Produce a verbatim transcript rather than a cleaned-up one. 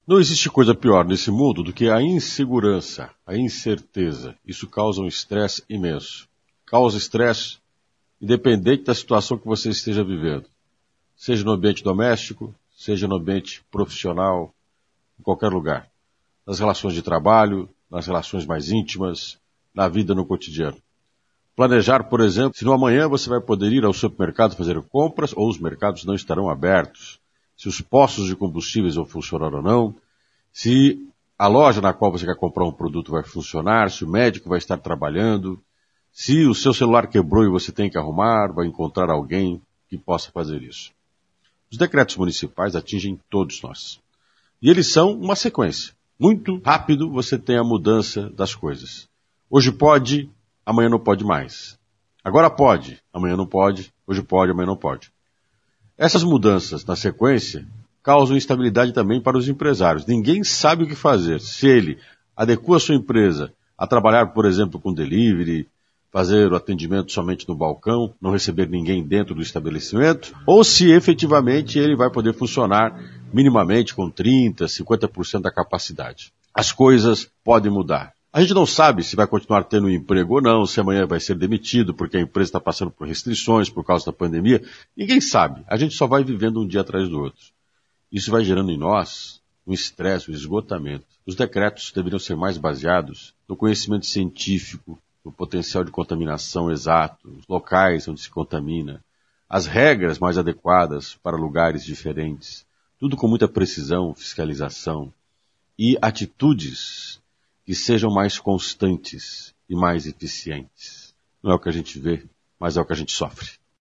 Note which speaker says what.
Speaker 1: Não existe coisa pior nesse mundo do que a insegurança, a incerteza. Isso causa um estresse imenso. Causa estresse independente da situação que você esteja vivendo. Seja no ambiente doméstico, seja no ambiente profissional, em qualquer lugar. Nas relações de trabalho, nas relações mais íntimas, na vida no cotidiano. Planejar, por exemplo, se no amanhã você vai poder ir ao supermercado fazer compras ou os mercados não estarão abertos. Se os postos de combustíveis vão funcionar ou não. Se a loja na qual você quer comprar um produto vai funcionar, se o médico vai estar trabalhando. Se o seu celular quebrou e você tem que arrumar, vai encontrar alguém que possa fazer isso. Os decretos municipais atingem todos nós. E eles são uma sequência. Muito rápido você tem a mudança das coisas. Hoje pode, amanhã não pode mais. Agora pode, amanhã não pode, hoje pode, amanhã não pode. Essas mudanças na sequência causam instabilidade também para os empresários. Ninguém sabe o que fazer. Se ele adequa a sua empresa a trabalhar, por exemplo, com delivery, fazer o atendimento somente no balcão, não receber ninguém dentro do estabelecimento, ou se efetivamente ele vai poder funcionar minimamente com trinta por cento, cinquenta por cento da capacidade. As coisas podem mudar. A gente não sabe se vai continuar tendo um emprego ou não, se amanhã vai ser demitido porque a empresa está passando por restrições por causa da pandemia. Ninguém sabe. A gente só vai vivendo um dia atrás do outro. Isso vai gerando em nós um estresse, um esgotamento. Os decretos deveriam ser mais baseados no conhecimento científico, no potencial de contaminação exato, os locais onde se contamina, as regras mais adequadas para lugares diferentes, tudo com muita precisão, fiscalização e atitudes que sejam mais constantes e mais eficientes. Não é o que a gente vê, mas é o que a gente sofre.